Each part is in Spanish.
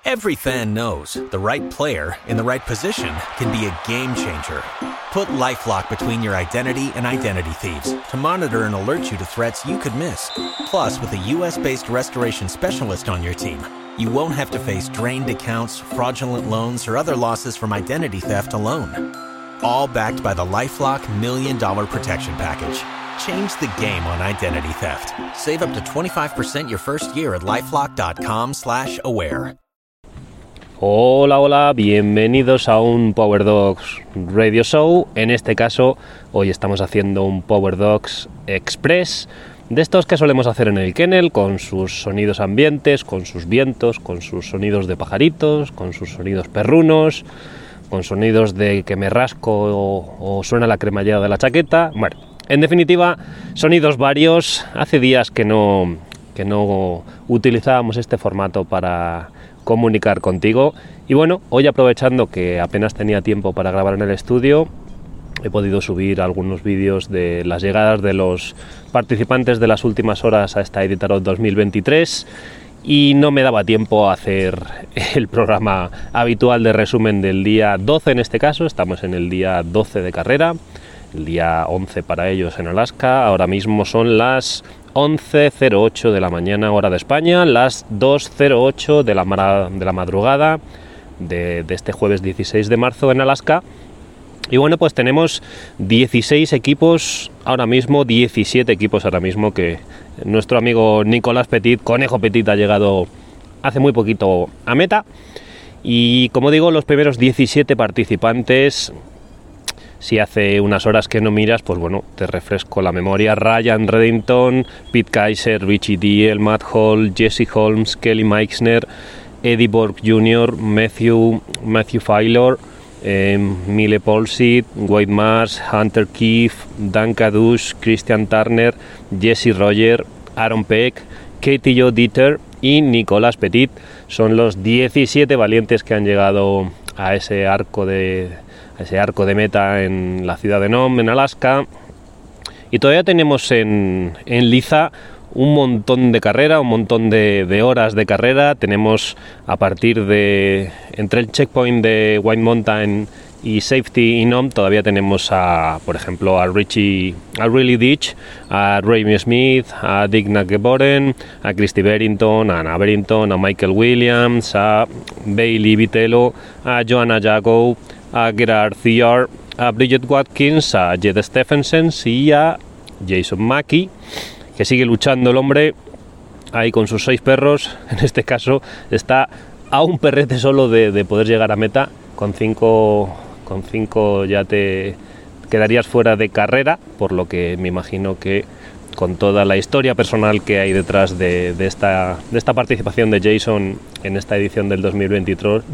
Every fan knows the right player in the right position can be a game changer. Put LifeLock between your identity and identity thieves to monitor and alert you to threats you could miss. Plus, with a U.S.-based restoration specialist on your team, you won't have to face drained accounts, fraudulent loans, or other losses from identity theft alone. All backed by the LifeLock $1 Million Protection Package. Change the game on identity theft. Save up to 25% your first year at LifeLock.com/aware. Hola, bienvenidos a un Power Dogs Radio Show. En este caso, hoy estamos haciendo un Power Dogs Express, de estos que solemos hacer en el kennel, con sus sonidos ambientes, con sus vientos, con sus sonidos de pajaritos, con sus sonidos perrunos, con sonidos de que me rasco o suena la cremallera de la chaqueta. Bueno, en definitiva, sonidos varios. Hace días que no utilizábamos este formato para comunicar contigo, y bueno, hoy, aprovechando que apenas tenía tiempo para grabar en el estudio, he podido subir algunos vídeos de las llegadas de los participantes de las últimas horas a esta Iditarod 2023, y no me daba tiempo a hacer el programa habitual de resumen del día 12. En este caso estamos en el día 12 de carrera, el día 11 para ellos en Alaska. Ahora mismo son las 11:08 de la mañana, hora de España, las 2:08 de la madrugada de este jueves 16 de marzo en Alaska. Y bueno, pues tenemos 16 equipos ahora mismo, 17 equipos ahora mismo, que nuestro amigo Nicolás Petit, Conejo Petit, ha llegado hace muy poquito a meta. Y como digo, los primeros 17 participantes, si hace unas horas que no miras, pues bueno, te refresco la memoria: Ryan Reddington, Pete Kaiser, Richie Diel, Matt Hall, Jesse Holmes, Kelly Meixner, Eddie Borg Jr., Matthew Fylor, Mile Polsit, Wade Mars, Hunter Keefe, Dan Caduce, Christian Turner, Jesse Roger, Aaron Peck, Katie Jo Dieter y Nicolás Petit. Son los 17 valientes que han llegado a ese arco de meta en la ciudad de Nome, en Alaska. Y todavía tenemos en liza un montón de carrera, un montón de horas de carrera. Tenemos, a partir de entre el checkpoint de White Mountain y Safety y Nome, todavía tenemos por ejemplo, a Riley Ditch, a Raimi Smith, a Dick Nageboren, a Christy Barrington, a Anna Barrington, a Michael Williams, a Bailey Vitello, a Joanna Jago, a Gerard Thiar, a Bridget Watkins, a Jed Stephenson y a Jason Mackey, que sigue luchando el hombre ahí con sus 6 perros. En este caso está a un perrete solo de poder llegar a meta. Con 5 ya te quedarías fuera de carrera, por lo que me imagino que, con toda la historia personal que hay detrás de esta participación de Jason en esta edición del 2023,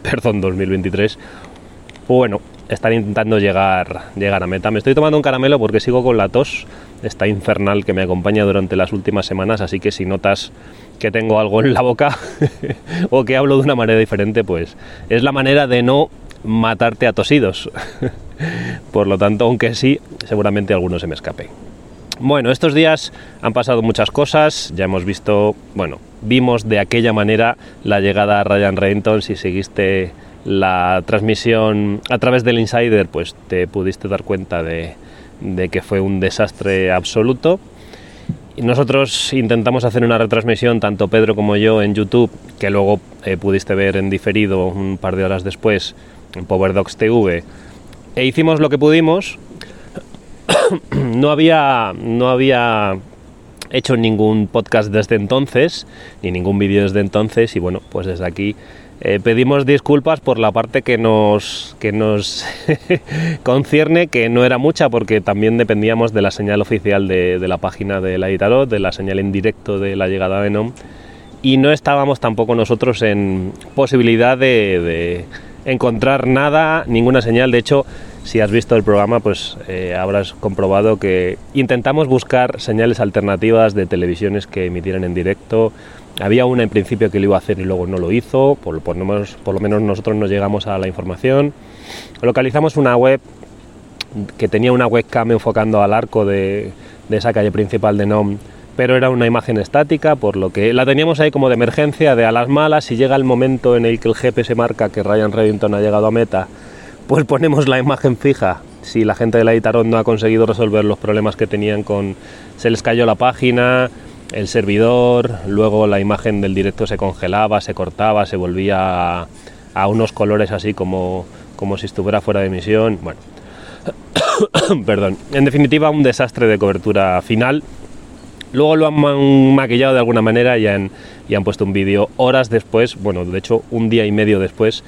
pues bueno, están intentando llegar a meta. Me estoy tomando un caramelo porque sigo con la tos, esta infernal que me acompaña durante las últimas semanas, así que si notas que tengo algo en la boca o que hablo de una manera diferente, pues es la manera de no matarte a tosidos. Por lo tanto, aunque sí, seguramente alguno se me escape. Bueno, estos días han pasado muchas cosas. Ya vimos de aquella manera la llegada a Ryan Reddington. Si seguiste la transmisión a través del Insider, pues te pudiste dar cuenta de que fue un desastre absoluto. Y nosotros intentamos hacer una retransmisión, tanto Pedro como yo, en YouTube, que luego pudiste ver en diferido un par de horas después en Power Dogs TV, e hicimos lo que pudimos. No había hecho ningún podcast desde entonces, ni ningún vídeo desde entonces, y bueno, pues desde aquí pedimos disculpas por la parte que nos concierne, que no era mucha, porque también dependíamos de la señal oficial de la página de la Iditarod, de la señal en directo de la llegada de Nome, y no estábamos tampoco nosotros en posibilidad de encontrar ninguna señal. De hecho, si has visto el programa, pues habrás comprobado que intentamos buscar señales alternativas de televisiones que emitieran en directo. Había una en principio que lo iba a hacer y luego no lo hizo, por lo menos nosotros nos llegamos a la información. Localizamos una web que tenía una webcam enfocando al arco de esa calle principal de Nome, pero era una imagen estática, por lo que la teníamos ahí como de emergencia, de a las malas. Si llega el momento en el que el GPS marca que Ryan Reddington ha llegado a meta, pues ponemos la imagen fija. Si la gente de la Iditarod no ha conseguido resolver los problemas que tenían se les cayó la página, el servidor, luego la imagen del directo se congelaba, se cortaba, se volvía a unos colores así como si estuviera fuera de emisión. Bueno, perdón. En definitiva, un desastre de cobertura final. Luego lo han maquillado de alguna manera y han puesto un vídeo horas después, bueno, de hecho un día y medio después,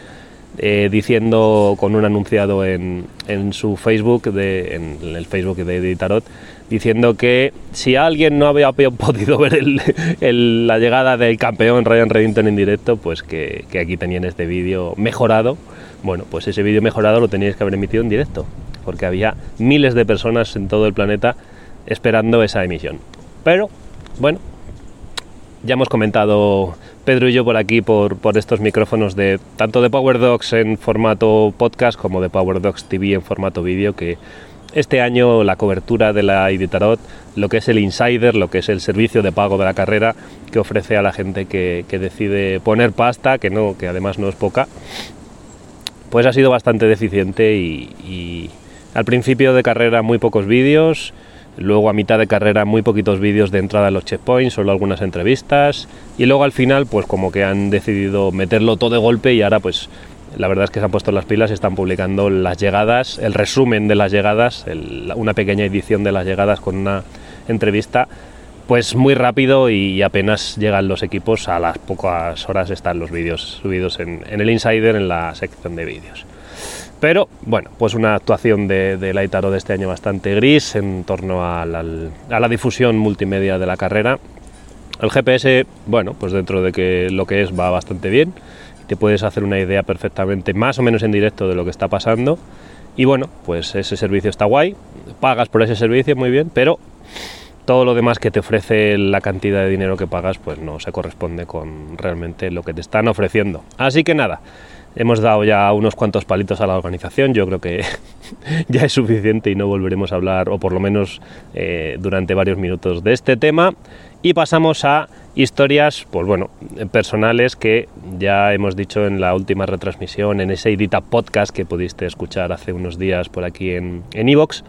diciendo con un anunciado en su Facebook, en el Facebook de Iditarod, diciendo que si alguien no había podido ver la llegada del campeón Ryan Reddington en directo, pues que aquí tenían este vídeo mejorado. Bueno, pues ese vídeo mejorado lo teníais que haber emitido en directo, porque había miles de personas en todo el planeta esperando esa emisión. Pero, bueno, ya hemos comentado Pedro y yo por aquí, por estos micrófonos tanto de PowerDocs en formato podcast como de PowerDocs TV en formato vídeo, que este año la cobertura de la Iditarod, lo que es el Insider, lo que es el servicio de pago de la carrera que ofrece a la gente que decide poner pasta, que además no es poca, pues ha sido bastante deficiente y al principio de carrera muy pocos vídeos. Luego a mitad de carrera muy poquitos vídeos de entrada a los checkpoints, solo algunas entrevistas, y luego al final pues como que han decidido meterlo todo de golpe y ahora pues la verdad es que se han puesto las pilas y están publicando las llegadas, el resumen de las llegadas, una pequeña edición de las llegadas con una entrevista, pues muy rápido, y apenas llegan los equipos, a las pocas horas están los vídeos subidos en el Insider, en la sección de vídeos. Pero, bueno, pues una actuación de la Iditarod de este año bastante gris en torno a la difusión multimedia de la carrera. El GPS, bueno, pues dentro de que lo que es va bastante bien. Te puedes hacer una idea perfectamente, más o menos en directo, de lo que está pasando. Y bueno, pues ese servicio está guay. Pagas por ese servicio, muy bien, pero todo lo demás que te ofrece, la cantidad de dinero que pagas, pues no se corresponde con realmente lo que te están ofreciendo. Así que nada. Hemos dado ya unos cuantos palitos a la organización, yo creo que ya es suficiente y no volveremos a hablar, o por lo menos durante varios minutos, de este tema. Y pasamos a historias, pues bueno, personales, que ya hemos dicho en la última retransmisión, en ese Idita Podcast que pudiste escuchar hace unos días por aquí en iVoox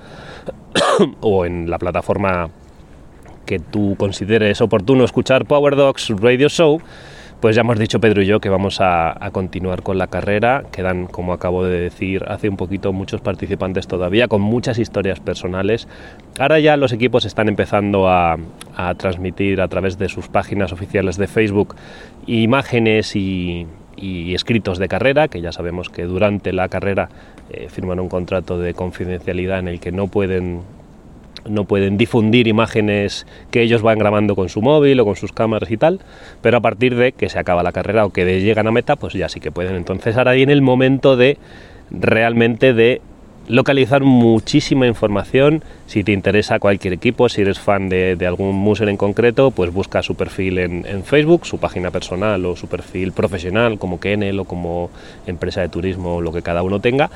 o en la plataforma que tú consideres oportuno escuchar, PowerDocs Radio Show. Pues ya hemos dicho Pedro y yo que vamos a continuar con la carrera. Quedan, como acabo de decir hace un poquito, muchos participantes todavía con muchas historias personales. Ahora ya los equipos están empezando a transmitir a través de sus páginas oficiales de Facebook imágenes y escritos de carrera, que ya sabemos que durante la carrera firman un contrato de confidencialidad en el que no pueden difundir imágenes que ellos van grabando con su móvil o con sus cámaras y tal, pero a partir de que se acaba la carrera o que llegan a meta, pues ya sí que pueden. Entonces ahora viene el momento de realmente de localizar muchísima información. Si te interesa cualquier equipo, si eres fan de algún Musser en concreto, pues busca su perfil en Facebook, su página personal o su perfil profesional como Kennel o como empresa de turismo o lo que cada uno tenga,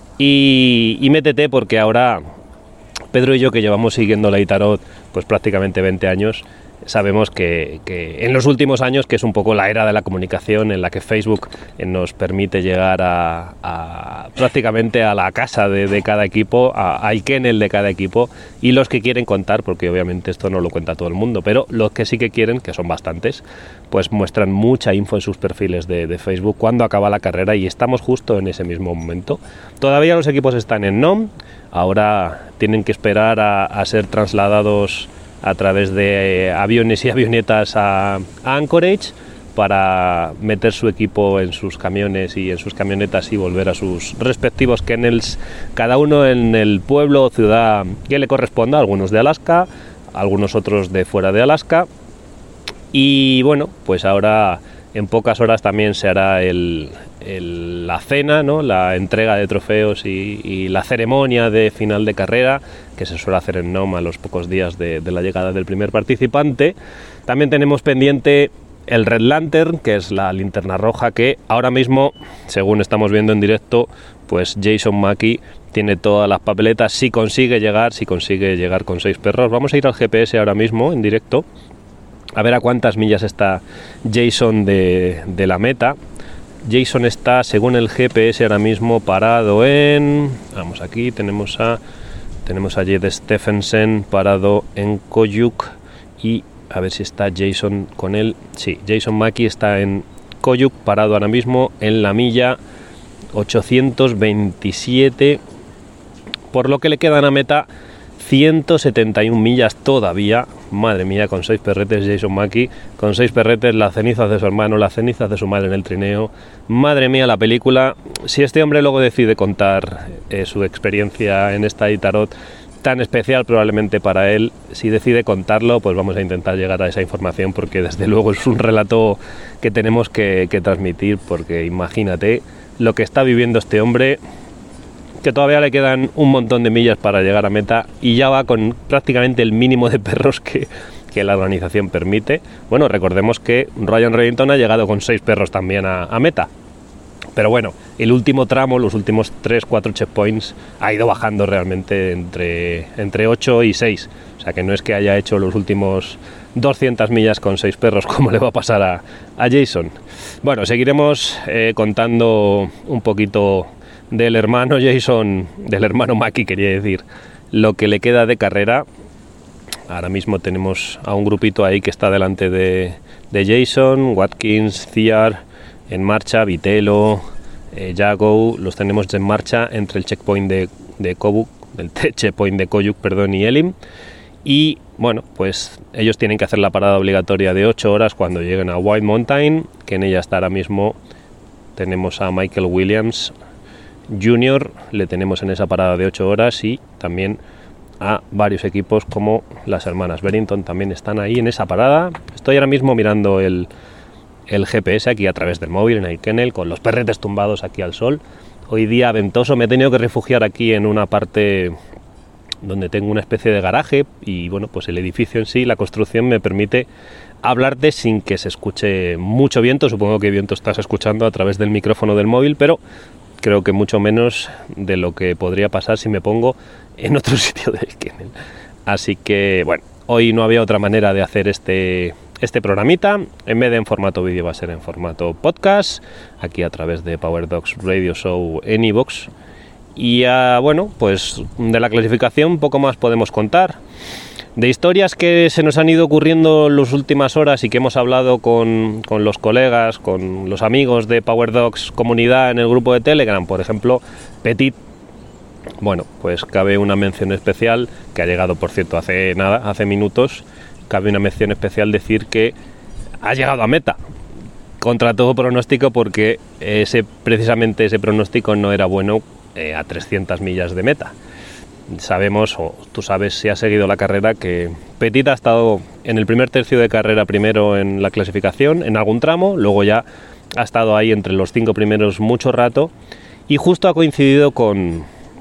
y métete, porque ahora Pedro y yo, que llevamos siguiendo la Iditarod pues prácticamente 20 años, sabemos que en los últimos años, que es un poco la era de la comunicación en la que Facebook nos permite llegar a prácticamente a la casa de cada equipo, al kennel de cada equipo, y los que quieren contar, porque obviamente esto no lo cuenta todo el mundo, pero los que sí que quieren, que son bastantes, pues muestran mucha info en sus perfiles de Facebook cuando acaba la carrera, y estamos justo en ese mismo momento. Todavía los equipos están en NOM, ahora tienen que esperar a ser trasladados a través de aviones y avionetas a Anchorage para meter su equipo en sus camiones y en sus camionetas y volver a sus respectivos kennels, cada uno en el pueblo o ciudad que le corresponda, algunos de Alaska, algunos otros de fuera de Alaska. Y bueno, pues ahora en pocas horas también se hará la cena, ¿no? La entrega de trofeos y la ceremonia de final de carrera, que se suele hacer en NOM a los pocos días de la llegada del primer participante. También tenemos pendiente el Red Lantern, que es la linterna roja que ahora mismo, según estamos viendo en directo, pues Jason Mackey tiene todas las papeletas si consigue llegar con 6 perros. Vamos a ir al GPS ahora mismo en directo a ver a cuántas millas está Jason de la meta. Jason está, según el GPS, ahora mismo parado en... Vamos, aquí tenemos a Jed Stephenson parado en Koyuk, y a ver si está Jason con él. Sí, Jason Mackey está en Koyuk parado ahora mismo en la milla 827, por lo que le quedan a meta 171 millas todavía. Madre mía, con 6 perretes Jason Mackey, con 6 perretes, las cenizas de su hermano, las cenizas de su madre en el trineo. Madre mía, la película. Si este hombre luego decide contar su experiencia en esta Itarot tan especial probablemente para él, si decide contarlo, pues vamos a intentar llegar a esa información, porque desde luego es un relato que tenemos que transmitir, porque imagínate lo que está viviendo este hombre, que todavía le quedan un montón de millas para llegar a meta y ya va con prácticamente el mínimo de perros que la organización permite. Bueno, recordemos que Ryan Reddington ha llegado con 6 perros también a meta, pero bueno, el último tramo, los últimos 3-4 checkpoints, ha ido bajando realmente entre 8 y 6, o sea que no es que haya hecho los últimos 200 millas con 6 perros como le va a pasar a Jason. Bueno, seguiremos contando un poquito del hermano Jason, del hermano Mackey quería decir, lo que le queda de carrera. Ahora mismo tenemos a un grupito ahí que está delante de Jason, Watkins, Ciar en marcha, Vitello, Jago, los tenemos en marcha entre el checkpoint de Koyuk, el checkpoint de Koyuk, y Elim. Y bueno, pues ellos tienen que hacer la parada obligatoria de 8 horas cuando lleguen a White Mountain, que en ella está ahora mismo. Tenemos a Michael Williams Jr., le tenemos en esa parada de 8 horas, y también a varios equipos como las hermanas Berrington también están ahí en esa parada. Estoy ahora mismo mirando el GPS aquí a través del móvil en el kennel, con los perretes tumbados aquí al sol. Hoy día ventoso, me he tenido que refugiar aquí en una parte donde tengo una especie de garaje, y bueno, pues el edificio en sí, la construcción, me permite hablarte sin que se escuche mucho viento. Supongo que viento estás escuchando a través del micrófono del móvil, pero creo que mucho menos de lo que podría pasar si me pongo en otro sitio del kennel. Así que bueno, hoy no había otra manera de hacer este programita. En vez de en formato vídeo, va a ser en formato podcast, aquí a través de Power Dogs Radio Show en iVoox. Y bueno, pues de la clasificación poco más podemos contar. De historias que se nos han ido ocurriendo en las últimas horas y que hemos hablado con los colegas, con los amigos de Power Dogs comunidad en el grupo de Telegram, por ejemplo, Petit. Bueno, pues cabe una mención especial, que ha llegado por cierto hace minutos. Cabe una mención especial decir que ha llegado a meta contra todo pronóstico, porque precisamente ese pronóstico no era bueno a 300 millas de meta. Sabemos, o tú sabes si has seguido la carrera, que Petit ha estado en el primer tercio de carrera primero en la clasificación, en algún tramo, luego ya ha estado ahí entre los 5 primeros mucho rato, y justo ha coincidido con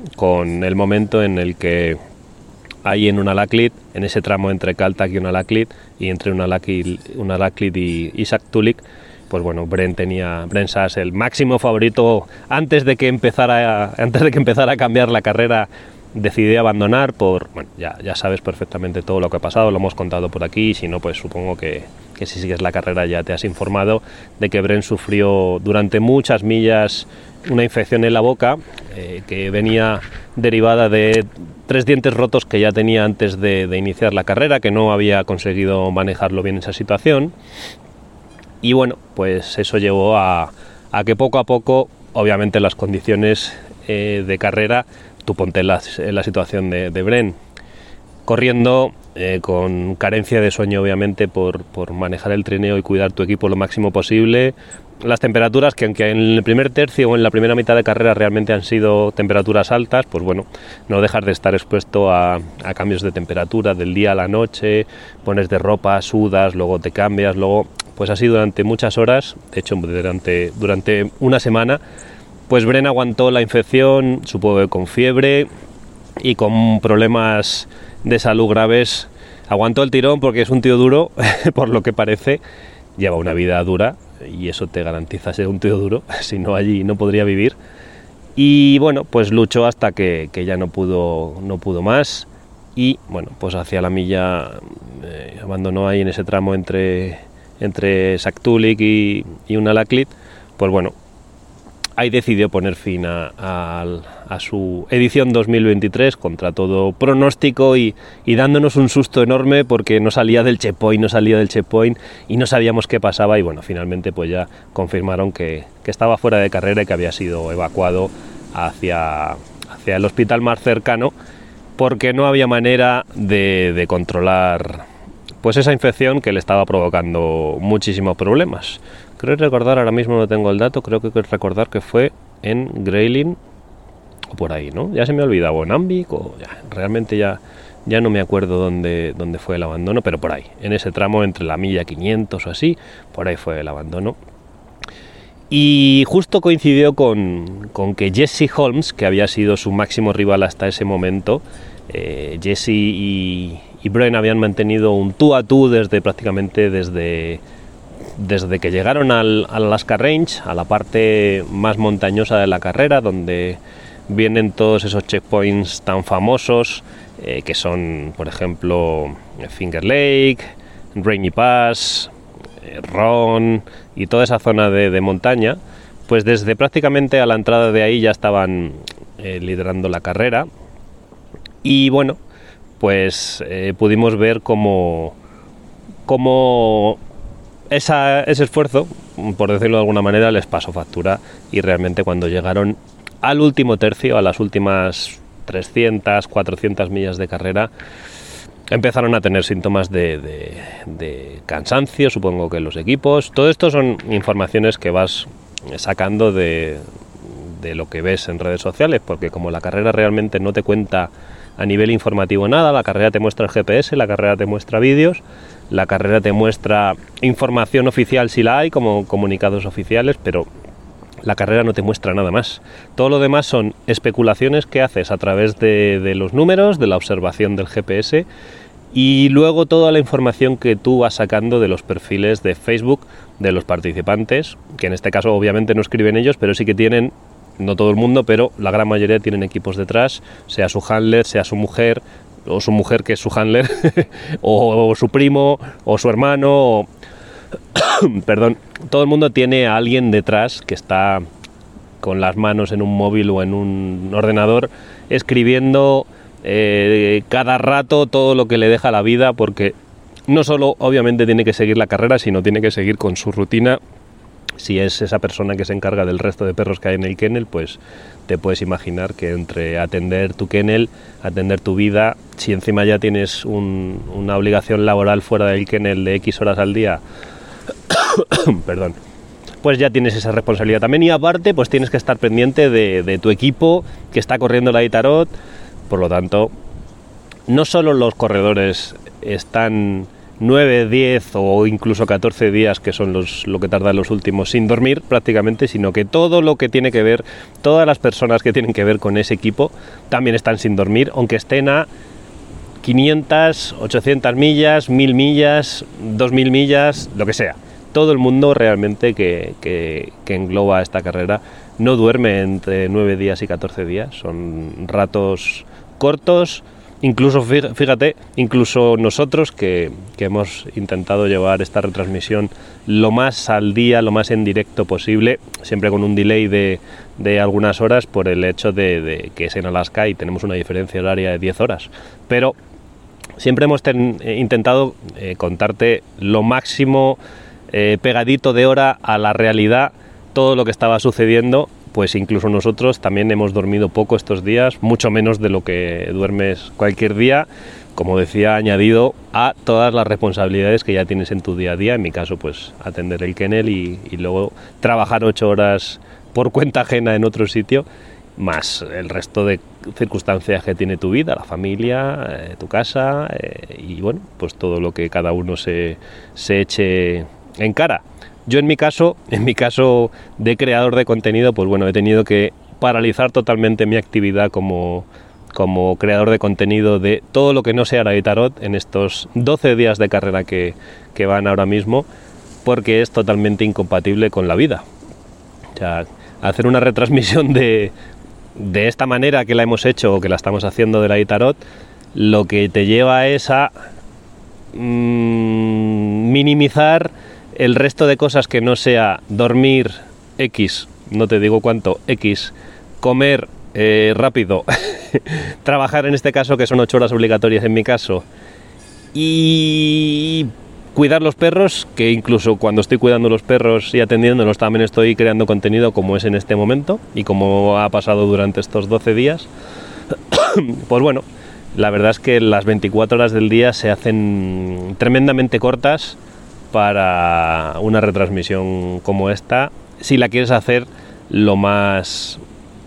el momento en el que ahí en Unalakleet, en ese tramo entre Kaltak y Unalakleet, y entre Unalakleet y Isaac Tulik, pues bueno, Bren Sass, el máximo favorito, antes de que empezara a cambiar la carrera, decidió abandonar bueno, ya sabes perfectamente todo lo que ha pasado, lo hemos contado por aquí, y si no, pues supongo que si sigues la carrera ya te has informado de que Bren sufrió durante muchas millas una infección en la boca, que venía derivada de 3 dientes rotos que ya tenía antes de iniciar la carrera, que no había conseguido manejarlo bien esa situación. Y bueno, pues eso llevó a que poco a poco, obviamente las condiciones de carrera, tú ponte en la situación de Bren, corriendo con carencia de sueño obviamente por manejar el trineo y cuidar tu equipo lo máximo posible. Las temperaturas, que aunque en el primer tercio o en la primera mitad de carrera realmente han sido temperaturas altas, pues bueno, no dejas de estar expuesto a cambios de temperatura del día a la noche, pones de ropa, sudas, luego te cambias, luego pues así durante muchas horas, de hecho durante una semana, pues Bren aguantó la infección, supongo que con fiebre y con problemas de salud graves. Aguantó el tirón porque es un tío duro, por lo que parece, lleva una vida dura y eso te garantiza ser un tío duro, si no allí no podría vivir. Y bueno, pues luchó hasta que ya no pudo más y bueno, pues hacia la milla abandonó ahí en ese tramo entre Saktulik y Unalaklit. Pues bueno, ahí decidió poner fin a su edición 2023 contra todo pronóstico y dándonos un susto enorme porque no salía del checkpoint y no sabíamos qué pasaba y bueno, finalmente pues ya confirmaron que estaba fuera de carrera y que había sido evacuado hacia el hospital más cercano porque no había manera de controlar pues esa infección que le estaba provocando muchísimos problemas. Creo recordar, ahora mismo no tengo el dato, creo que recordar que fue en Grayling o por ahí, ¿no? Ya se me ha olvidado, o en Ambic, o realmente ya no me acuerdo dónde fue el abandono, pero por ahí, en ese tramo entre la milla 500 o así, por ahí fue el abandono. Y justo coincidió con que Jesse Holmes, que había sido su máximo rival hasta ese momento, Jesse y Brian habían mantenido un tú a tú desde que llegaron al Alaska Range, a la parte más montañosa de la carrera, donde vienen todos esos checkpoints tan famosos, que son, por ejemplo, Finger Lake, Rainy Pass, Ron y toda esa zona de montaña. Pues desde prácticamente a la entrada de ahí ya estaban liderando la carrera. Y bueno, pues pudimos ver cómo ese esfuerzo, por decirlo de alguna manera, les pasó factura y realmente cuando llegaron al último tercio, a las últimas 300, 400 millas de carrera, empezaron a tener síntomas de cansancio, supongo que los equipos. Todo esto son informaciones que vas sacando de lo que ves en redes sociales, porque como la carrera realmente no te cuenta a nivel informativo nada, la carrera te muestra el GPS, la carrera te muestra vídeos, la carrera te muestra información oficial si la hay, como comunicados oficiales, pero la carrera no te muestra nada más. Todo lo demás son especulaciones que haces a través de los números, de la observación del GPS y luego toda la información que tú vas sacando de los perfiles de Facebook de los participantes, que en este caso obviamente no escriben ellos, pero sí que tienen, no todo el mundo, pero la gran mayoría tienen equipos detrás, sea su handler, sea su mujer, o su mujer que es su handler, o su primo, o su hermano, perdón, todo el mundo tiene a alguien detrás que está con las manos en un móvil o en un ordenador escribiendo cada rato todo lo que le deja la vida, porque no solo obviamente tiene que seguir la carrera, sino tiene que seguir con su rutina. Si es esa persona que se encarga del resto de perros que hay en el kennel, pues te puedes imaginar que entre atender tu kennel, atender tu vida, si encima ya tienes una obligación laboral fuera del kennel de X horas al día, perdón, pues ya tienes esa responsabilidad también, y aparte pues tienes que estar pendiente de tu equipo que está corriendo la Iditarod. Por lo tanto, no solo los corredores están 9, 10 o incluso 14 días, que son lo que tardan los últimos, sin dormir prácticamente, sino que todo lo que tiene que ver, todas las personas que tienen que ver con ese equipo también están sin dormir, aunque estén a 500, 800 millas, 1000 millas, 2000 millas, lo que sea. Todo el mundo realmente que engloba esta carrera no duerme entre 9 días y 14 días, son ratos cortos. Incluso, fíjate, incluso nosotros que hemos intentado llevar esta retransmisión lo más al día, lo más en directo posible, siempre con un delay de algunas horas por el hecho de que es en Alaska y tenemos una diferencia horaria de 10 horas. Pero siempre hemos intentado contarte lo máximo pegadito de hora a la realidad todo lo que estaba sucediendo. Pues incluso nosotros también hemos dormido poco estos días, mucho menos de lo que duermes cualquier día, como decía, añadido a todas las responsabilidades que ya tienes en tu día a día. En mi caso, pues atender el kennel y luego trabajar 8 horas por cuenta ajena en otro sitio, más el resto de circunstancias que tiene tu vida, la familia, tu casa y bueno, pues todo lo que cada uno se eche en cara. Yo en mi caso de creador de contenido, pues bueno, he tenido que paralizar totalmente mi actividad como creador de contenido de todo lo que no sea la Iditarod en estos 12 días de carrera que van ahora mismo, porque es totalmente incompatible con la vida. O sea, hacer una retransmisión de esta manera que la hemos hecho o que la estamos haciendo de la iTarot, lo que te lleva es a minimizar el resto de cosas que no sea dormir X, no te digo cuánto, X, comer rápido, trabajar en este caso, que son 8 horas obligatorias en mi caso, y cuidar los perros, que incluso cuando estoy cuidando los perros y atendiéndolos también estoy creando contenido, como es en este momento y como ha pasado durante estos 12 días. Pues bueno, la verdad es que las 24 horas del día se hacen tremendamente cortas para una retransmisión como esta, si la quieres hacer lo más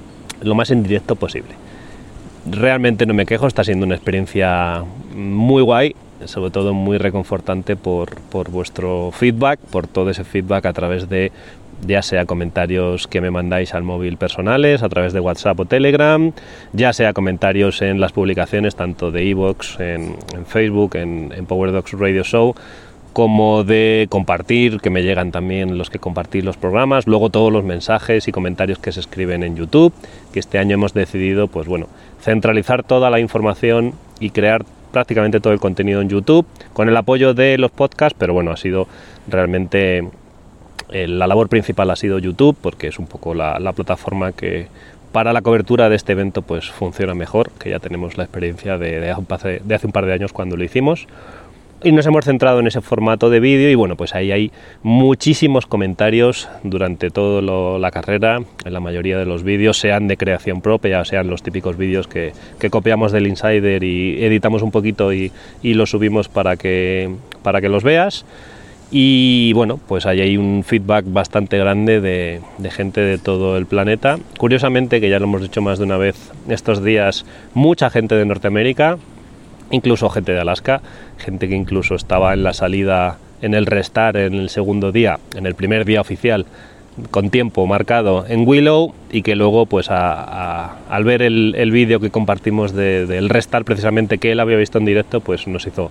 en directo posible. Realmente no me quejo, está siendo una experiencia muy guay, sobre todo muy reconfortante por vuestro feedback, por todo ese feedback a través de, ya sea comentarios que me mandáis al móvil personales, a través de WhatsApp o Telegram, ya sea comentarios en las publicaciones tanto de iVoox, en Facebook, en Power Dogs Radio Show, como de compartir, que me llegan también los que compartís los programas, luego todos los mensajes y comentarios que se escriben en YouTube, que este año hemos decidido, pues bueno, centralizar toda la información y crear prácticamente todo el contenido en YouTube, con el apoyo de los podcasts, pero bueno, ha sido realmente la labor principal ha sido YouTube, porque es un poco la plataforma que para la cobertura de este evento pues funciona mejor, que ya tenemos la experiencia de hace un par de años cuando lo hicimos. Y nos hemos centrado en ese formato de vídeo y bueno, pues ahí hay muchísimos comentarios durante toda la carrera, en la mayoría de los vídeos, sean de creación propia, sean los típicos vídeos que copiamos del Insider y editamos un poquito y los subimos para que los veas. Y bueno, pues ahí hay un feedback bastante grande de gente de todo el planeta. Curiosamente, que ya lo hemos dicho más de una vez estos días, mucha gente de Norteamérica, incluso gente de Alaska, gente que incluso estaba en la salida en el restart en el segundo día, en el primer día oficial, con tiempo marcado en Willow, y que luego pues al ver el vídeo que compartimos del restart precisamente, que él había visto en directo, pues nos hizo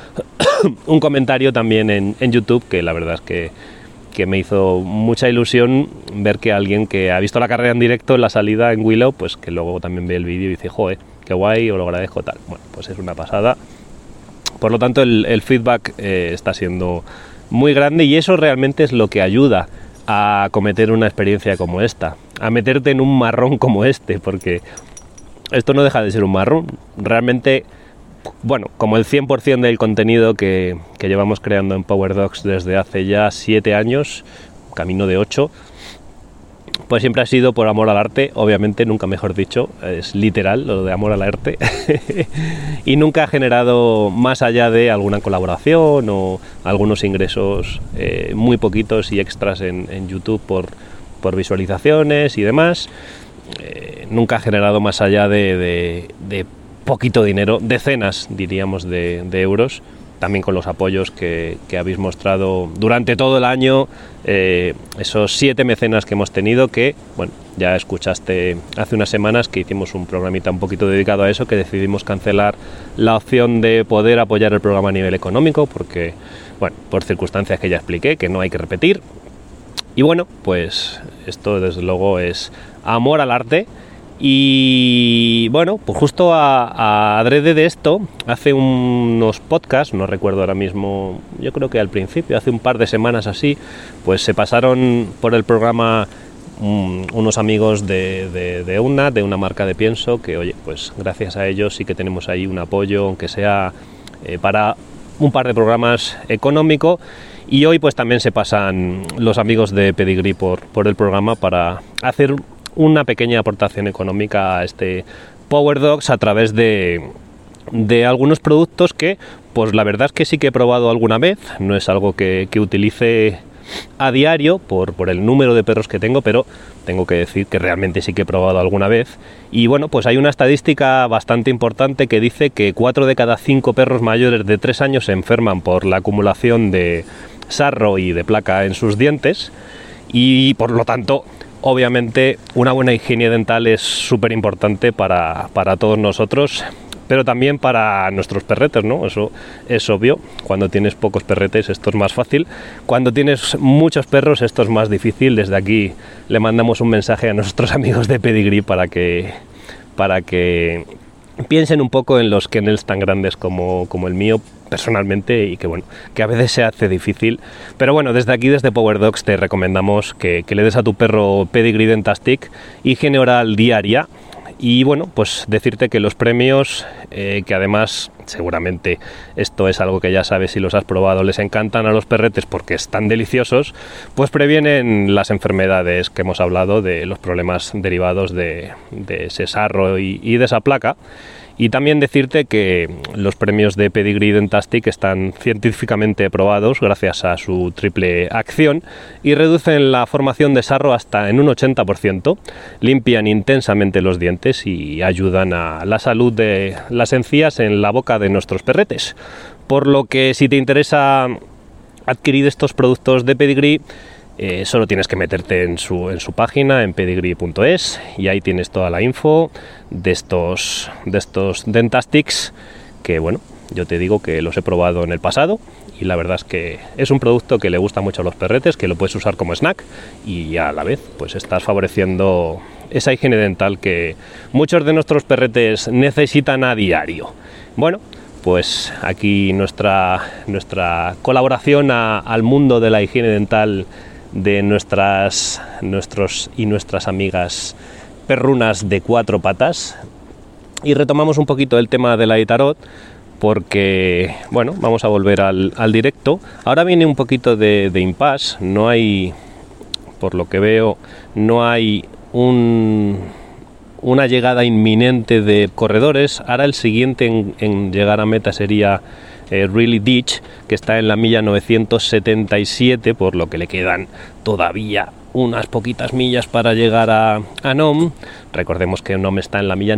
un comentario también en YouTube, que la verdad es que me hizo mucha ilusión ver que alguien que ha visto la carrera en directo en la salida en Willow, pues que luego también ve el vídeo y dice, joder, qué guay, os lo agradezco, tal. Bueno, pues es una pasada. Por lo tanto, el feedback está siendo muy grande, y eso realmente es lo que ayuda a cometer una experiencia como esta, a meterte en un marrón como este, porque esto no deja de ser un marrón. Realmente, bueno, como el 100% del contenido que llevamos creando en Power Dogs desde hace ya 7 años, camino de 8, pues siempre ha sido por amor al arte, obviamente, nunca mejor dicho, es literal lo de amor al arte, y nunca ha generado más allá de alguna colaboración o algunos ingresos muy poquitos y extras en YouTube por visualizaciones y demás. Nunca ha generado más allá de poquito dinero, decenas, diríamos, de euros, también con los apoyos que habéis mostrado durante todo el año, esos 7 mecenas que hemos tenido, que, bueno, ya escuchaste hace unas semanas que hicimos un programita un poquito dedicado a eso, que decidimos cancelar la opción de poder apoyar el programa a nivel económico, porque, bueno, por circunstancias que ya expliqué, que no hay que repetir. Y bueno, pues esto desde luego es amor al arte. Y bueno, pues justo a adrede de esto, hace unos podcasts, no recuerdo ahora mismo, yo creo que al principio, hace un par de semanas así, pues se pasaron por el programa unos amigos de una marca de pienso, que oye, pues gracias a ellos sí que tenemos ahí un apoyo, aunque sea para un par de programas económico. Y hoy pues también se pasan los amigos de Pedigree por el programa para hacer una pequeña aportación económica a este Power Dogs a través de algunos productos que, pues la verdad es que sí que he probado alguna vez. No es algo que utilice a diario por el número de perros que tengo, pero tengo que decir que realmente sí que he probado alguna vez. Y bueno, pues hay una estadística bastante importante que dice que 4 de cada 5 perros mayores de 3 años se enferman por la acumulación de sarro y de placa en sus dientes, y por lo tanto, obviamente, una buena higiene dental es súper importante para todos nosotros, pero también para nuestros perretes, ¿no? Eso es obvio. Cuando tienes pocos perretes esto es más fácil. Cuando tienes muchos perros esto es más difícil. Desde aquí le mandamos un mensaje a nuestros amigos de Pedigree para que piensen un poco en los kennels tan grandes como el mío personalmente, y que bueno, que a veces se hace difícil, pero bueno, desde aquí, desde Power Dogs, te recomendamos que le des a tu perro Pedigree Dentastic, higiene oral diaria. Y bueno, pues decirte que los premios, que además seguramente esto es algo que ya sabes si los has probado, les encantan a los perretes porque están deliciosos, pues previenen las enfermedades que hemos hablado, de los problemas derivados de ese sarro y de esa placa. Y también decirte que los premios de Pedigree Dentastic están científicamente probados gracias a su triple acción y reducen la formación de sarro hasta en un 80%, limpian intensamente los dientes y ayudan a la salud de las encías en la boca de nuestros perretes. Por lo que si te interesa adquirir estos productos de Pedigree, solo tienes que meterte en su página, en pedigree.es, y ahí tienes toda la info de estos Dentastics, que bueno, yo te digo que los he probado en el pasado y la verdad es que es un producto que le gusta mucho a los perretes, que lo puedes usar como snack y a la vez pues estás favoreciendo esa higiene dental que muchos de nuestros perretes necesitan a diario. Bueno, pues aquí nuestra colaboración al mundo de la higiene dental de nuestras amigas perrunas de 4 patas. Y retomamos un poquito el tema de la Itarot, porque bueno, vamos a volver al directo. Ahora viene un poquito de impasse, no hay, por lo que veo, no hay una llegada inminente de corredores. Ahora el siguiente en llegar a meta sería Really Ditch, que está en la milla 977, por lo que le quedan todavía unas poquitas millas para llegar a Nome. Recordemos que Nome está en la milla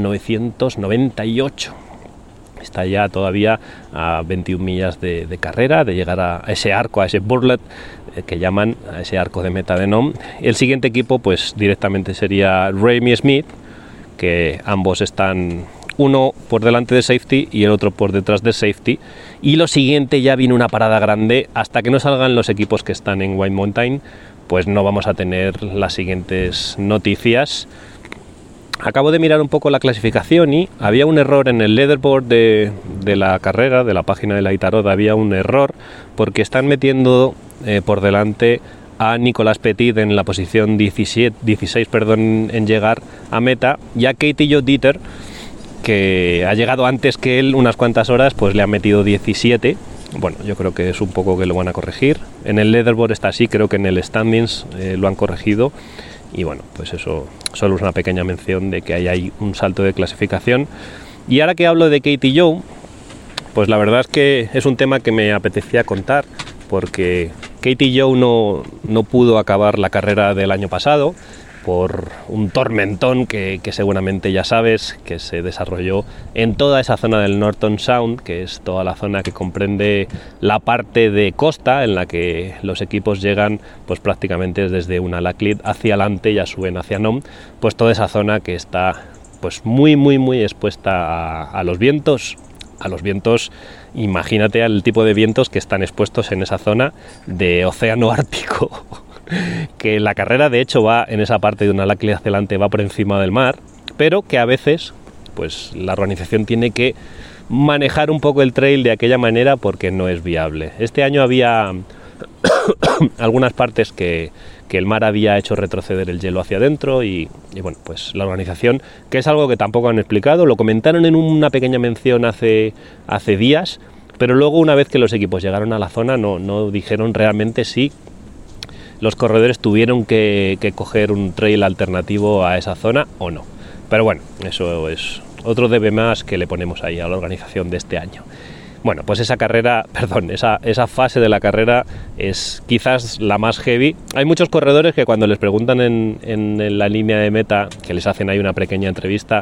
998, está ya todavía a 21 millas de carrera, de llegar a ese arco, a ese burlet que llaman, a ese arco de meta de Nome. El siguiente equipo pues directamente sería Remy Smith, que ambos están uno por delante de Safety y el otro por detrás de Safety, y lo siguiente ya viene una parada grande. Hasta que no salgan los equipos que están en White Mountain, pues no vamos a tener las siguientes noticias. Acabo de mirar un poco la clasificación y había un error en el leaderboard de la carrera, de la página de la Itarot. Había un error porque están metiendo por delante a Nicolas Petit en la posición 16 en llegar a meta, y a Katie Jo Dieter, que ha llegado antes que él unas cuantas horas, pues le han metido 17. Bueno, yo creo que es un poco que lo van a corregir. En el leaderboard está así, creo que en el standings lo han corregido. Y bueno, pues eso solo es una pequeña mención de que hay un salto de clasificación. Y ahora que hablo de Katie Jo, pues la verdad es que es un tema que me apetecía contar, porque Katie Jo no pudo acabar la carrera del año pasado por un tormentón que seguramente ya sabes, que se desarrolló en toda esa zona del Norton Sound, que es toda la zona que comprende la parte de costa en la que los equipos llegan pues prácticamente desde Unalakleet hacia adelante, ya suben hacia Nome, pues toda esa zona que está pues muy expuesta a los vientos. Imagínate al tipo de vientos que están expuestos en esa zona de océano ártico. Que la carrera de hecho va en esa parte de Unalakleet hacia adelante, va por encima del mar, pero que a veces pues la organización tiene que manejar un poco el trail de aquella manera porque no es viable. Este año había algunas partes que el mar había hecho retroceder el hielo hacia adentro y bueno, pues la organización, que es algo que tampoco han explicado, lo comentaron en una pequeña mención hace días, pero luego una vez que los equipos llegaron a la zona no dijeron realmente si los corredores tuvieron que coger un trail alternativo a esa zona o no. Pero bueno, eso es otro debe más que le ponemos ahí a la organización de este año. Bueno, pues esa fase de la carrera es quizás la más heavy. Hay muchos corredores que cuando les preguntan en la línea de meta, que les hacen ahí una pequeña entrevista,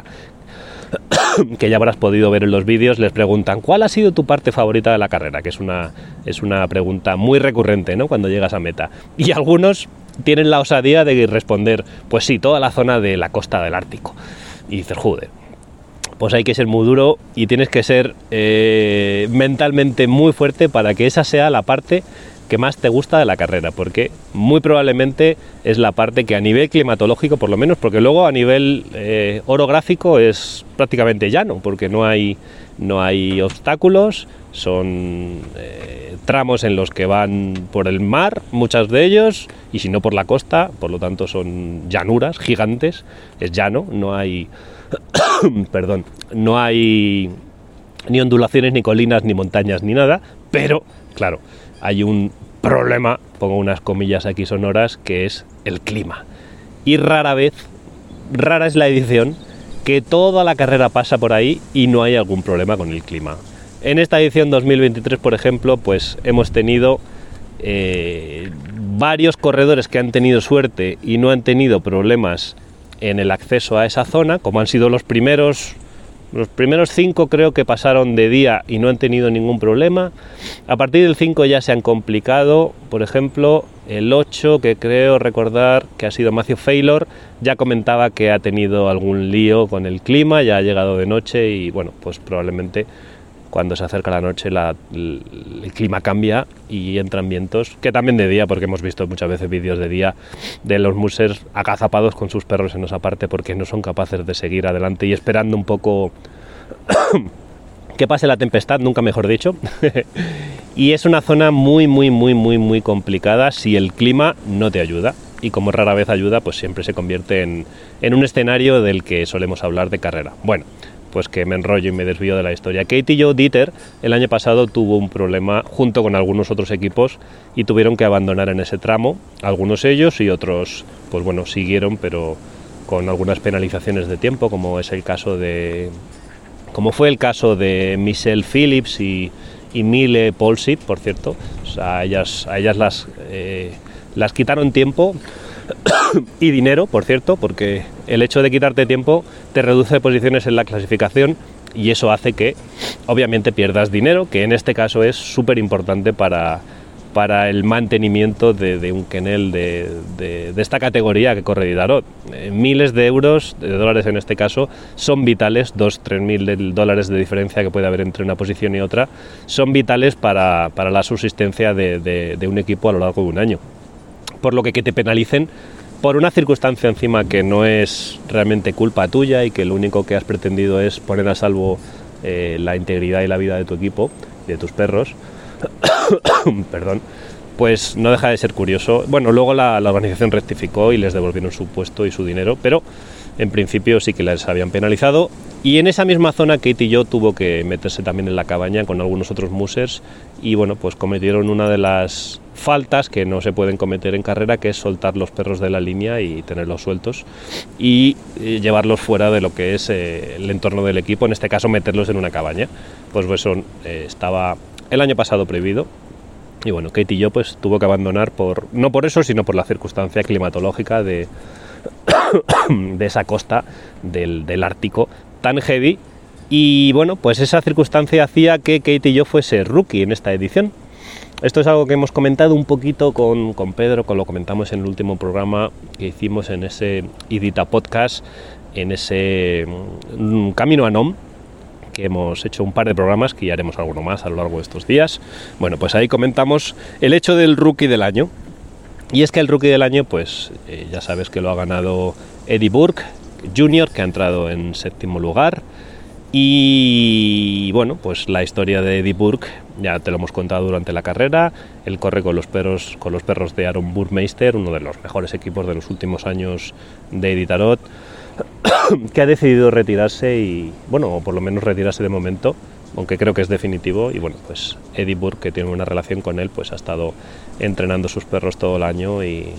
que ya habrás podido ver en los vídeos, les preguntan ¿cuál ha sido tu parte favorita de la carrera? Que es una pregunta muy recurrente, ¿no?, cuando llegas a meta. Y algunos tienen la osadía de responder, pues sí, toda la zona de la costa del Ártico. Y dices, joder, pues hay que ser muy duro y tienes que ser mentalmente muy fuerte para que esa sea la parte que más te gusta de la carrera, porque muy probablemente es la parte que a nivel climatológico, por lo menos, porque luego a nivel orográfico es prácticamente llano, porque no hay obstáculos, son tramos en los que van por el mar, muchos de ellos, y si no por la costa, por lo tanto son llanuras gigantes, es llano, no hay perdón, no hay ni ondulaciones, ni colinas, ni montañas, ni nada, pero claro, hay un problema, pongo unas comillas aquí sonoras, que es el clima. Y rara es la edición que toda la carrera pasa por ahí y no hay algún problema con el clima. En esta edición 2023, por ejemplo, pues hemos tenido varios corredores que han tenido suerte y no han tenido problemas en el acceso a esa zona, como han sido los primeros 5 creo que pasaron de día y no han tenido ningún problema. A partir del 5 ya se han complicado, por ejemplo, el 8, que creo recordar que ha sido Matthew Faylor, ya comentaba que ha tenido algún lío con el clima, ya ha llegado de noche y bueno, pues probablemente cuando se acerca la noche el clima cambia y entran vientos, que también de día, porque hemos visto muchas veces vídeos de día de los musers agazapados con sus perros en esa parte porque no son capaces de seguir adelante y esperando un poco que pase la tempestad, nunca mejor dicho. Y es una zona muy complicada si el clima no te ayuda, y como rara vez ayuda, pues siempre se convierte en un escenario del que solemos hablar de carrera. Bueno, pues que me enrollo y me desvío de la historia. Katie Joe Dieter el año pasado tuvo un problema junto con algunos otros equipos y tuvieron que abandonar en ese tramo, algunos ellos y otros, pues bueno, siguieron, pero con algunas penalizaciones de tiempo, como fue el caso de Michelle Phillips y Mille Polsit, por cierto. O sea, a ellas las quitaron tiempo y dinero, por cierto, porque el hecho de quitarte tiempo te reduce posiciones en la clasificación y eso hace que obviamente pierdas dinero, que en este caso es súper importante para el mantenimiento de un kennel de esta categoría que corre Iditarod. Miles de euros, de dólares en este caso, son vitales, 2.000-3.000 dólares de diferencia que puede haber entre una posición y otra, son vitales para la subsistencia de un equipo a lo largo de un año. Por lo que te penalicen por una circunstancia encima que no es realmente culpa tuya y que lo único que has pretendido es poner a salvo la integridad y la vida de tu equipo y de tus perros, perdón, pues no deja de ser curioso. Bueno, luego la organización rectificó y les devolvieron su puesto y su dinero, pero en principio sí que les habían penalizado. Y en esa misma zona Katie Joe tuvo que meterse también en la cabaña con algunos otros musers y bueno, pues cometieron una de las faltas que no se pueden cometer en carrera, que es soltar los perros de la línea y tenerlos sueltos y llevarlos fuera de lo que es el entorno del equipo, en este caso meterlos en una cabaña. Pues eso estaba el año pasado prohibido y bueno, Katie Joe pues tuvo que abandonar no por eso, sino por la circunstancia climatológica de esa costa del Ártico tan heavy. Y bueno, pues esa circunstancia hacía que Katie Joe fuese rookie en esta edición. Esto es algo que hemos comentado un poquito con Pedro, lo comentamos en el último programa que hicimos en ese Idita Podcast, en ese Camino a Nome, que hemos hecho un par de programas, que ya haremos alguno más a lo largo de estos días. Bueno, pues ahí comentamos el hecho del rookie del año. Y es que el rookie del año, pues ya sabes que lo ha ganado Eddie Burke Jr., que ha entrado en 7º lugar. Y bueno, pues la historia de Eddie Burke ya te lo hemos contado durante la carrera. Él corre con los perros de Aaron Burmeister, uno de los mejores equipos de los últimos años de Iditarod, que ha decidido retirarse y, bueno, o por lo menos retirarse de momento, aunque creo que es definitivo. Y bueno, pues Eddie Burke, que tiene una relación con él, pues ha estado entrenando sus perros todo el año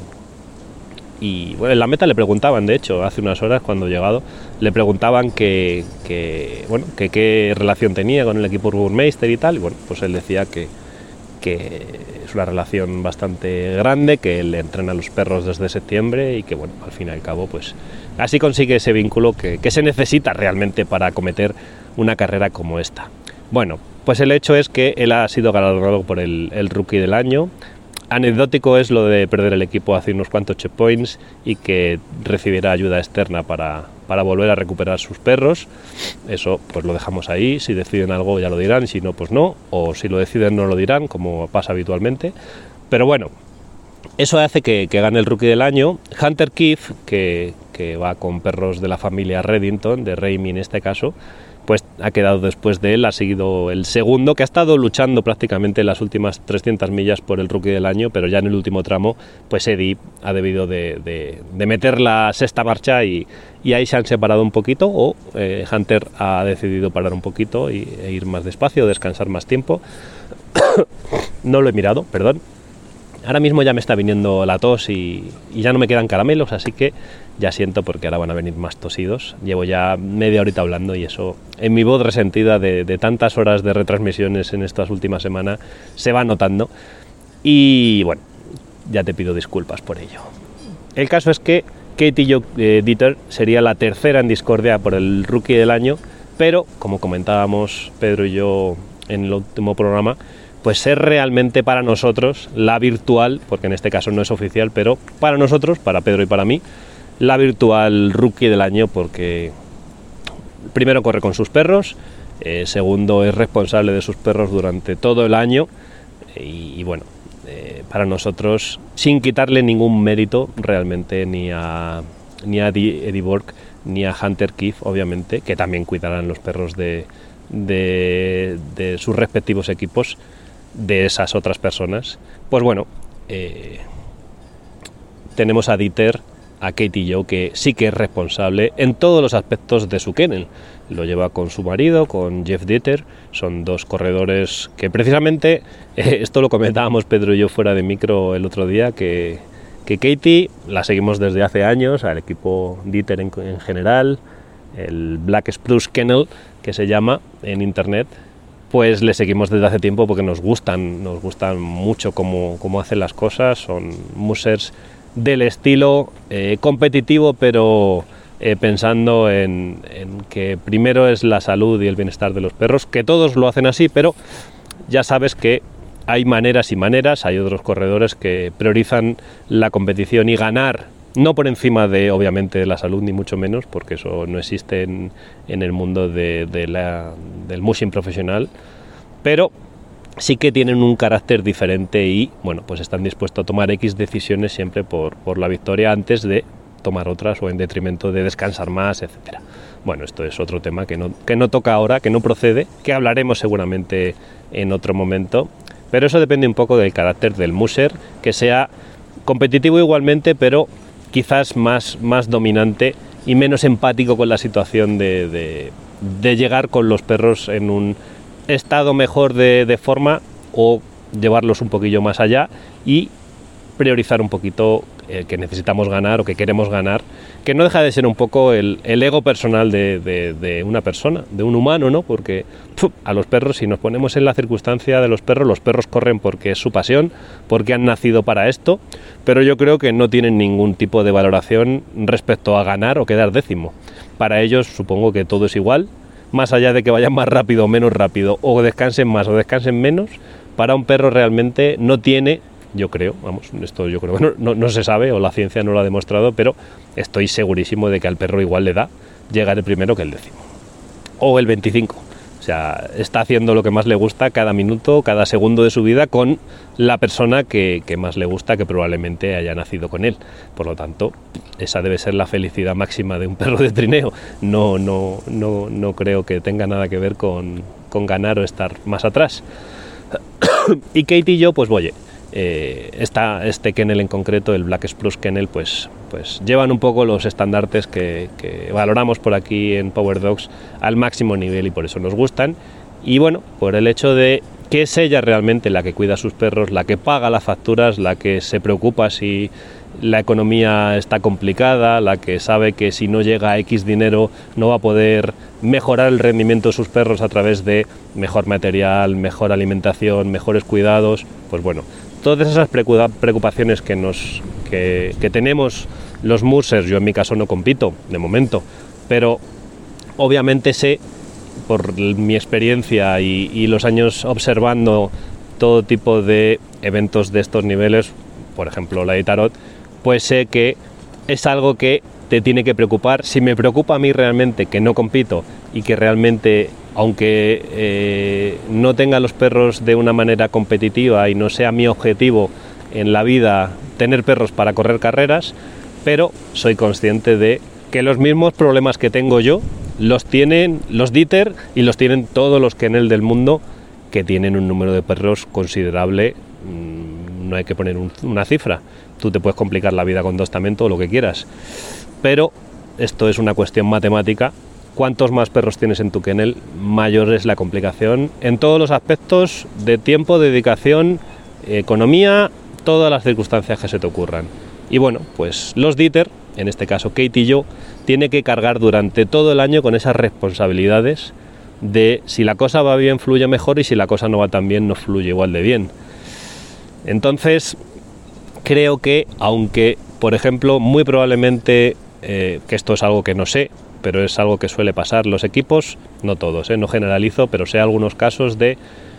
y bueno, en la meta le preguntaban, de hecho, hace unas horas cuando he llegado, le preguntaban qué relación tenía con el equipo Burmeister y tal, y bueno, pues él decía que es una relación bastante grande, que él entrena a los perros desde septiembre y que bueno, al fin y al cabo, pues así consigue ese vínculo que se necesita realmente para acometer una carrera como esta. Bueno, pues el hecho es que él ha sido galardonado por el rookie del año. Anecdótico es lo de perder el equipo hace unos cuantos checkpoints y que recibiera ayuda externa para para volver a recuperar sus perros. Eso pues lo dejamos ahí, si deciden algo ya lo dirán, si no pues no, o si lo deciden no lo dirán, como pasa habitualmente. Pero bueno, eso hace que gane el Rookie del Año. Hunter Keith, que va con perros de la familia Reddington, de Raimi en este caso, pues ha quedado después de él, ha seguido el segundo, que ha estado luchando prácticamente las últimas 300 millas por el Rookie del Año, pero ya en el último tramo, pues Eddie ha debido de meter la sexta marcha y ahí se han separado un poquito, o Hunter ha decidido parar un poquito e ir más despacio, descansar más tiempo. No lo he mirado, perdón. Ahora mismo ya me está viniendo la tos y ya no me quedan caramelos, así que ya siento porque ahora van a venir más tosidos. Llevo ya media horita hablando y eso en mi voz resentida de tantas horas de retransmisiones en estas últimas semanas se va notando. Y bueno, ya te pido disculpas por ello. El caso es que Katie Jo Dieter sería la tercera en discordia por el Rookie del Año, pero como comentábamos Pedro y yo en el último programa, pues es realmente para nosotros la virtual, porque en este caso no es oficial, pero para nosotros, para Pedro y para mí, la virtual Rookie del Año, porque primero corre con sus perros, segundo es responsable de sus perros durante todo el año y bueno, para nosotros, sin quitarle ningún mérito realmente ni a Eddie Borg ni a Hunter Keith, obviamente, que también cuidarán los perros de sus respectivos equipos, de esas otras personas. Pues bueno, tenemos a Dieter, a Katie Jo, que sí que es responsable en todos los aspectos de su kennel. Lo lleva con su marido, con Jeff Dieter. Son dos corredores que precisamente, esto lo comentábamos Pedro y yo fuera de micro el otro día, que Katie la seguimos desde hace años, al equipo Dieter en general, el Black Spruce Kennel, que se llama en internet, pues le seguimos desde hace tiempo porque nos gustan mucho cómo hacen las cosas. Son mussers del estilo competitivo, pero pensando en que primero es la salud y el bienestar de los perros, que todos lo hacen así, pero ya sabes que hay maneras y maneras. Hay otros corredores que priorizan la competición y ganar, no por encima de, obviamente, de la salud, ni mucho menos, porque eso no existe en el mundo del mushing profesional, pero sí que tienen un carácter diferente y, bueno, pues están dispuestos a tomar X decisiones siempre por la victoria antes de tomar otras o en detrimento de descansar más, etcétera. Bueno, esto es otro tema que no toca ahora, que no procede, que hablaremos seguramente en otro momento, pero eso depende un poco del carácter del musher, que sea competitivo igualmente, pero quizás más dominante y menos empático con la situación de llegar con los perros en un estado mejor de forma, o llevarlos un poquillo más allá y priorizar un poquito que necesitamos ganar o que queremos ganar, que no deja de ser un poco el ego personal de una persona, de un humano, ¿no? Porque a los perros, si nos ponemos en la circunstancia de los perros corren porque es su pasión, porque han nacido para esto, pero yo creo que no tienen ningún tipo de valoración respecto a ganar o quedar décimo. Para ellos supongo que todo es igual, más allá de que vayan más rápido o menos rápido, o descansen más o descansen menos. Para un perro realmente no tiene, yo creo, bueno, no se sabe, o la ciencia no lo ha demostrado, pero estoy segurísimo de que al perro igual le da llegar el primero que el décimo, o el 25. O sea, está haciendo lo que más le gusta cada minuto, cada segundo de su vida con la persona que más le gusta, que probablemente haya nacido con él. Por lo tanto, esa debe ser la felicidad máxima de un perro de trineo. No creo que tenga nada que ver con ganar o estar más atrás. Y Katie Jo, pues oye, este kennel en concreto, el Black Spruce Kennel, pues llevan un poco los estandartes que valoramos por aquí en Power Dogs al máximo nivel y por eso nos gustan. Y bueno, por el hecho de que es ella realmente la que cuida a sus perros, la que paga las facturas, la que se preocupa si la economía está complicada, la que sabe que si no llega a X dinero no va a poder mejorar el rendimiento de sus perros a través de mejor material, mejor alimentación, mejores cuidados. Pues bueno, todas esas preocupaciones que tenemos los mussers, yo en mi caso no compito de momento, pero obviamente sé por mi experiencia y los años observando todo tipo de eventos de estos niveles, por ejemplo la de Tarot, pues sé que es algo que te tiene que preocupar. Si me preocupa a mí realmente que no compito y que realmente, aunque no tenga los perros de una manera competitiva y no sea mi objetivo en la vida tener perros para correr carreras, pero soy consciente de que los mismos problemas que tengo yo los tienen los Dieter y los tienen todos los kennel del mundo que tienen un número de perros considerable. No hay que poner una cifra, tú te puedes complicar la vida con 2 también, todo lo que quieras, pero esto es una cuestión matemática. Cuantos más perros tienes en tu kennel, mayor es la complicación en todos los aspectos de tiempo, dedicación, economía, todas las circunstancias que se te ocurran. Y bueno, pues los Dieter, en este caso Kate y yo, tiene que cargar durante todo el año con esas responsabilidades de si la cosa va bien fluye mejor y si la cosa no va tan bien no fluye igual de bien. Entonces creo que, aunque por ejemplo muy probablemente, que esto es algo que no sé, pero es algo que suele pasar, los equipos, no todos, no generalizo, pero sé algunos casos de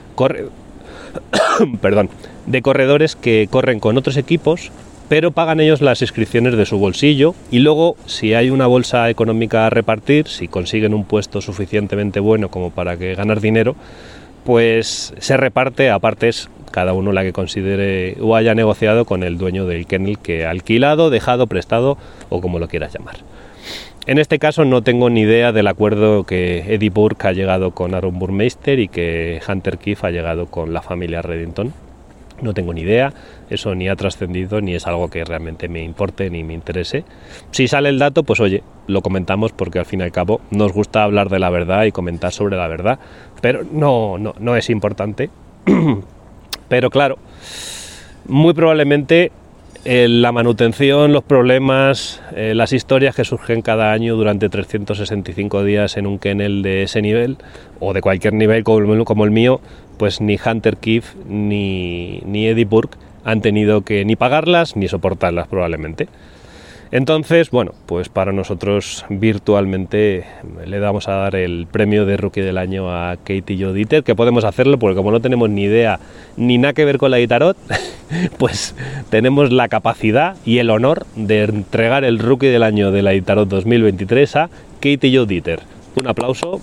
de corredores que corren con otros equipos, pero pagan ellos las inscripciones de su bolsillo y luego, si hay una bolsa económica a repartir, si consiguen un puesto suficientemente bueno como para que ganar dinero, pues se reparte a partes, cada uno la que considere o haya negociado con el dueño del kennel que ha alquilado, dejado, prestado o como lo quieras llamar. En este caso no tengo ni idea del acuerdo que Eddie Burke ha llegado con Aaron Burmeister y que Hunter Keefe ha llegado con la familia Reddington. No tengo ni idea, eso ni ha trascendido ni es algo que realmente me importe ni me interese. Si sale el dato, pues oye, lo comentamos porque al fin y al cabo nos gusta hablar de la verdad y comentar sobre la verdad, pero no es importante. Pero claro, muy probablemente la manutención, los problemas, las historias que surgen cada año durante 365 días en un kennel de ese nivel o de cualquier nivel como el mío, pues ni Hunter Keefe ni Eddie Burke han tenido que ni pagarlas ni soportarlas probablemente. Entonces, bueno, pues para nosotros virtualmente le vamos a dar el premio de Rookie del Año a Kate y yo Dieter, que podemos hacerlo porque como no tenemos ni idea ni nada que ver con la Itarot, pues tenemos la capacidad y el honor de entregar el Rookie del Año de la Itarot 2023 a Kate y yo Dieter. Un aplauso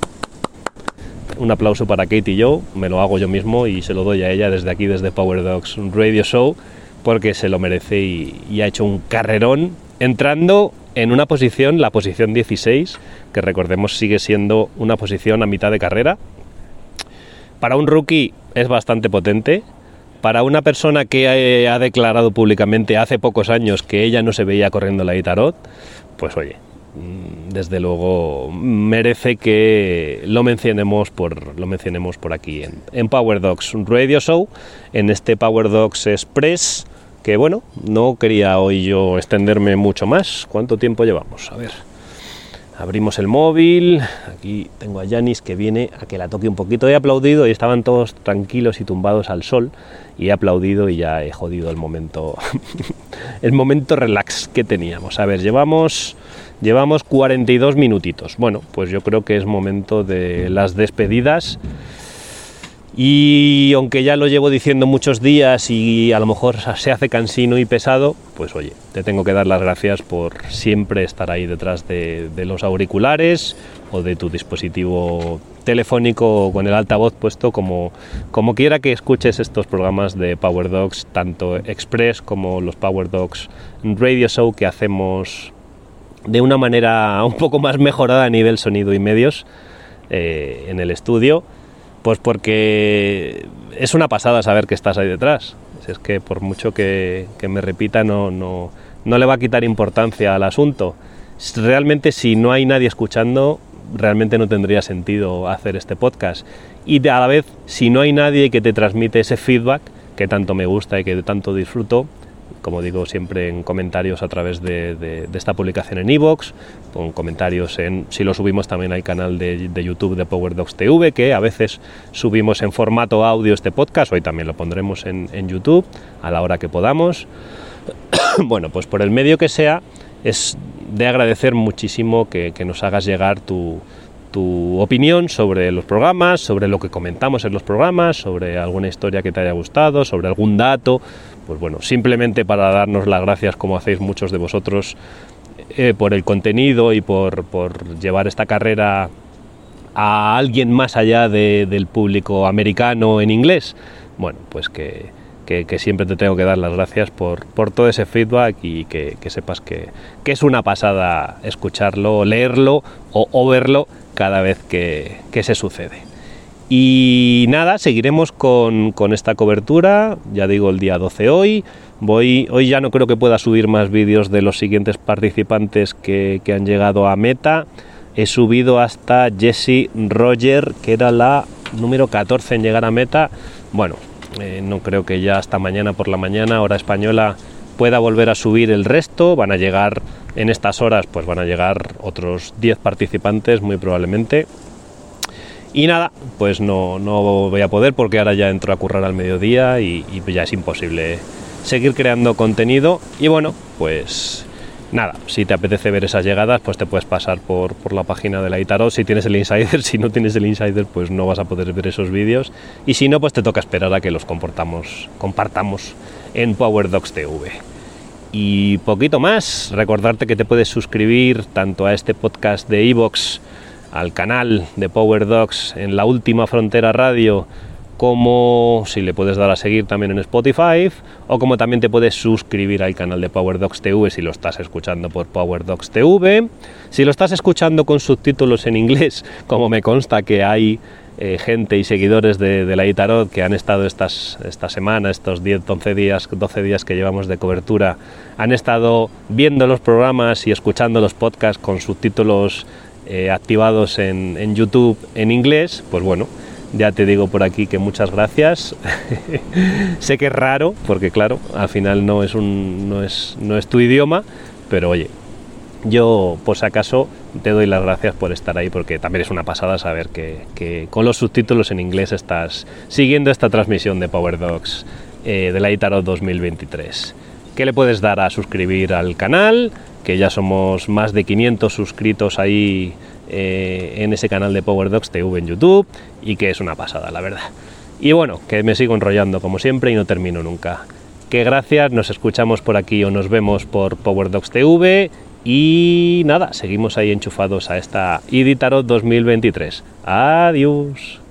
para Kate y yo, me lo hago yo mismo y se lo doy a ella desde aquí, desde Power Dogs Radio Show, porque se lo merece y ha hecho un carrerón, entrando en una posición, la posición 16, que recordemos sigue siendo una posición a mitad de carrera. Para un rookie es bastante potente. Para una persona que ha declarado públicamente hace pocos años que ella no se veía corriendo la Itarot, pues oye, desde luego merece que lo mencionemos por aquí en Power Dogs Radio Show, en este Power Dogs Express, que bueno, no quería hoy yo extenderme mucho más. ¿Cuánto tiempo llevamos? A ver, abrimos el móvil, aquí tengo a Yanis que viene a que la toque un poquito. He aplaudido y estaban todos tranquilos y tumbados al sol y he aplaudido y ya he jodido el momento el momento relax que teníamos. A ver, llevamos 42 minutitos. Bueno, pues yo creo que es momento de las despedidas. Y aunque ya lo llevo diciendo muchos días y a lo mejor se hace cansino y pesado, pues oye, te tengo que dar las gracias por siempre estar ahí detrás de los auriculares o de tu dispositivo telefónico con el altavoz puesto, como quiera que escuches estos programas de Power Dogs, tanto Express como los Power Dogs Radio Show que hacemos de una manera un poco más mejorada a nivel sonido y medios en el estudio. Pues porque es una pasada saber que estás ahí detrás. Es que por mucho que me repita no le va a quitar importancia al asunto. Realmente si no hay nadie escuchando, realmente no tendría sentido hacer este podcast. Y a la vez, si no hay nadie que te transmite ese feedback que tanto me gusta y que tanto disfruto, como digo siempre en comentarios a través de esta publicación en iVoox, con comentarios si lo subimos también al canal de YouTube de Power Dogs TV, que a veces subimos en formato audio este podcast, hoy también lo pondremos en YouTube a la hora que podamos. Bueno, pues por el medio que sea, es de agradecer muchísimo que nos hagas llegar tu opinión sobre los programas, sobre lo que comentamos en los programas, sobre alguna historia que te haya gustado, sobre algún dato. Pues bueno, simplemente para darnos las gracias, como hacéis muchos de vosotros por el contenido y por llevar esta carrera a alguien más allá del público americano en inglés, bueno, pues que siempre te tengo que dar las gracias por todo ese feedback y que sepas que es una pasada escucharlo, leerlo o verlo cada vez que se sucede. Y nada, seguiremos con esta cobertura, ya digo, el día 12 hoy ya no creo que pueda subir más vídeos de los siguientes participantes que han llegado a meta. He subido hasta Jessie Roger, que era la número 14 en llegar a meta. Bueno, no creo que ya hasta mañana por la mañana, hora española, pueda volver a subir el resto. Van a llegar en estas horas, pues van a llegar otros 10 participantes muy probablemente. Y nada, pues no voy a poder porque ahora ya entro a currar al mediodía y ya es imposible seguir creando contenido. Y bueno, pues nada, si te apetece ver esas llegadas, pues te puedes pasar por la página de la iTarot si tienes el Insider. Si no tienes el Insider, pues no vas a poder ver esos vídeos. Y si no, pues te toca esperar a que los compartamos en PowerDocs TV. Y poquito más, recordarte que te puedes suscribir tanto a este podcast de iVoox, al canal de PowerDocs en La Última Frontera Radio, como si le puedes dar a seguir también en Spotify, o como también te puedes suscribir al canal de PowerDocs TV si lo estás escuchando por PowerDocs TV. Si lo estás escuchando con subtítulos en inglés, como me consta que hay gente y seguidores de la iTarot que han estado esta semana, estos 12 días que llevamos de cobertura, han estado viendo los programas y escuchando los podcasts con subtítulos activados en YouTube en inglés, pues bueno, ya te digo por aquí que muchas gracias. Sé que es raro, porque claro, al final no es tu idioma, pero oye, yo por si acaso te doy las gracias por estar ahí, porque también es una pasada saber que con los subtítulos en inglés estás siguiendo esta transmisión de PowerDocs de la iTarot 2023. ¿Qué le puedes dar a suscribir al canal? Que ya somos más de 500 suscritos ahí en ese canal de PowerDocs TV en YouTube, y que es una pasada, la verdad. Y bueno, que me sigo enrollando como siempre y no termino nunca. Que gracias, nos escuchamos por aquí o nos vemos por PowerDocs TV y nada, seguimos ahí enchufados a esta iTarot 2023. Adiós.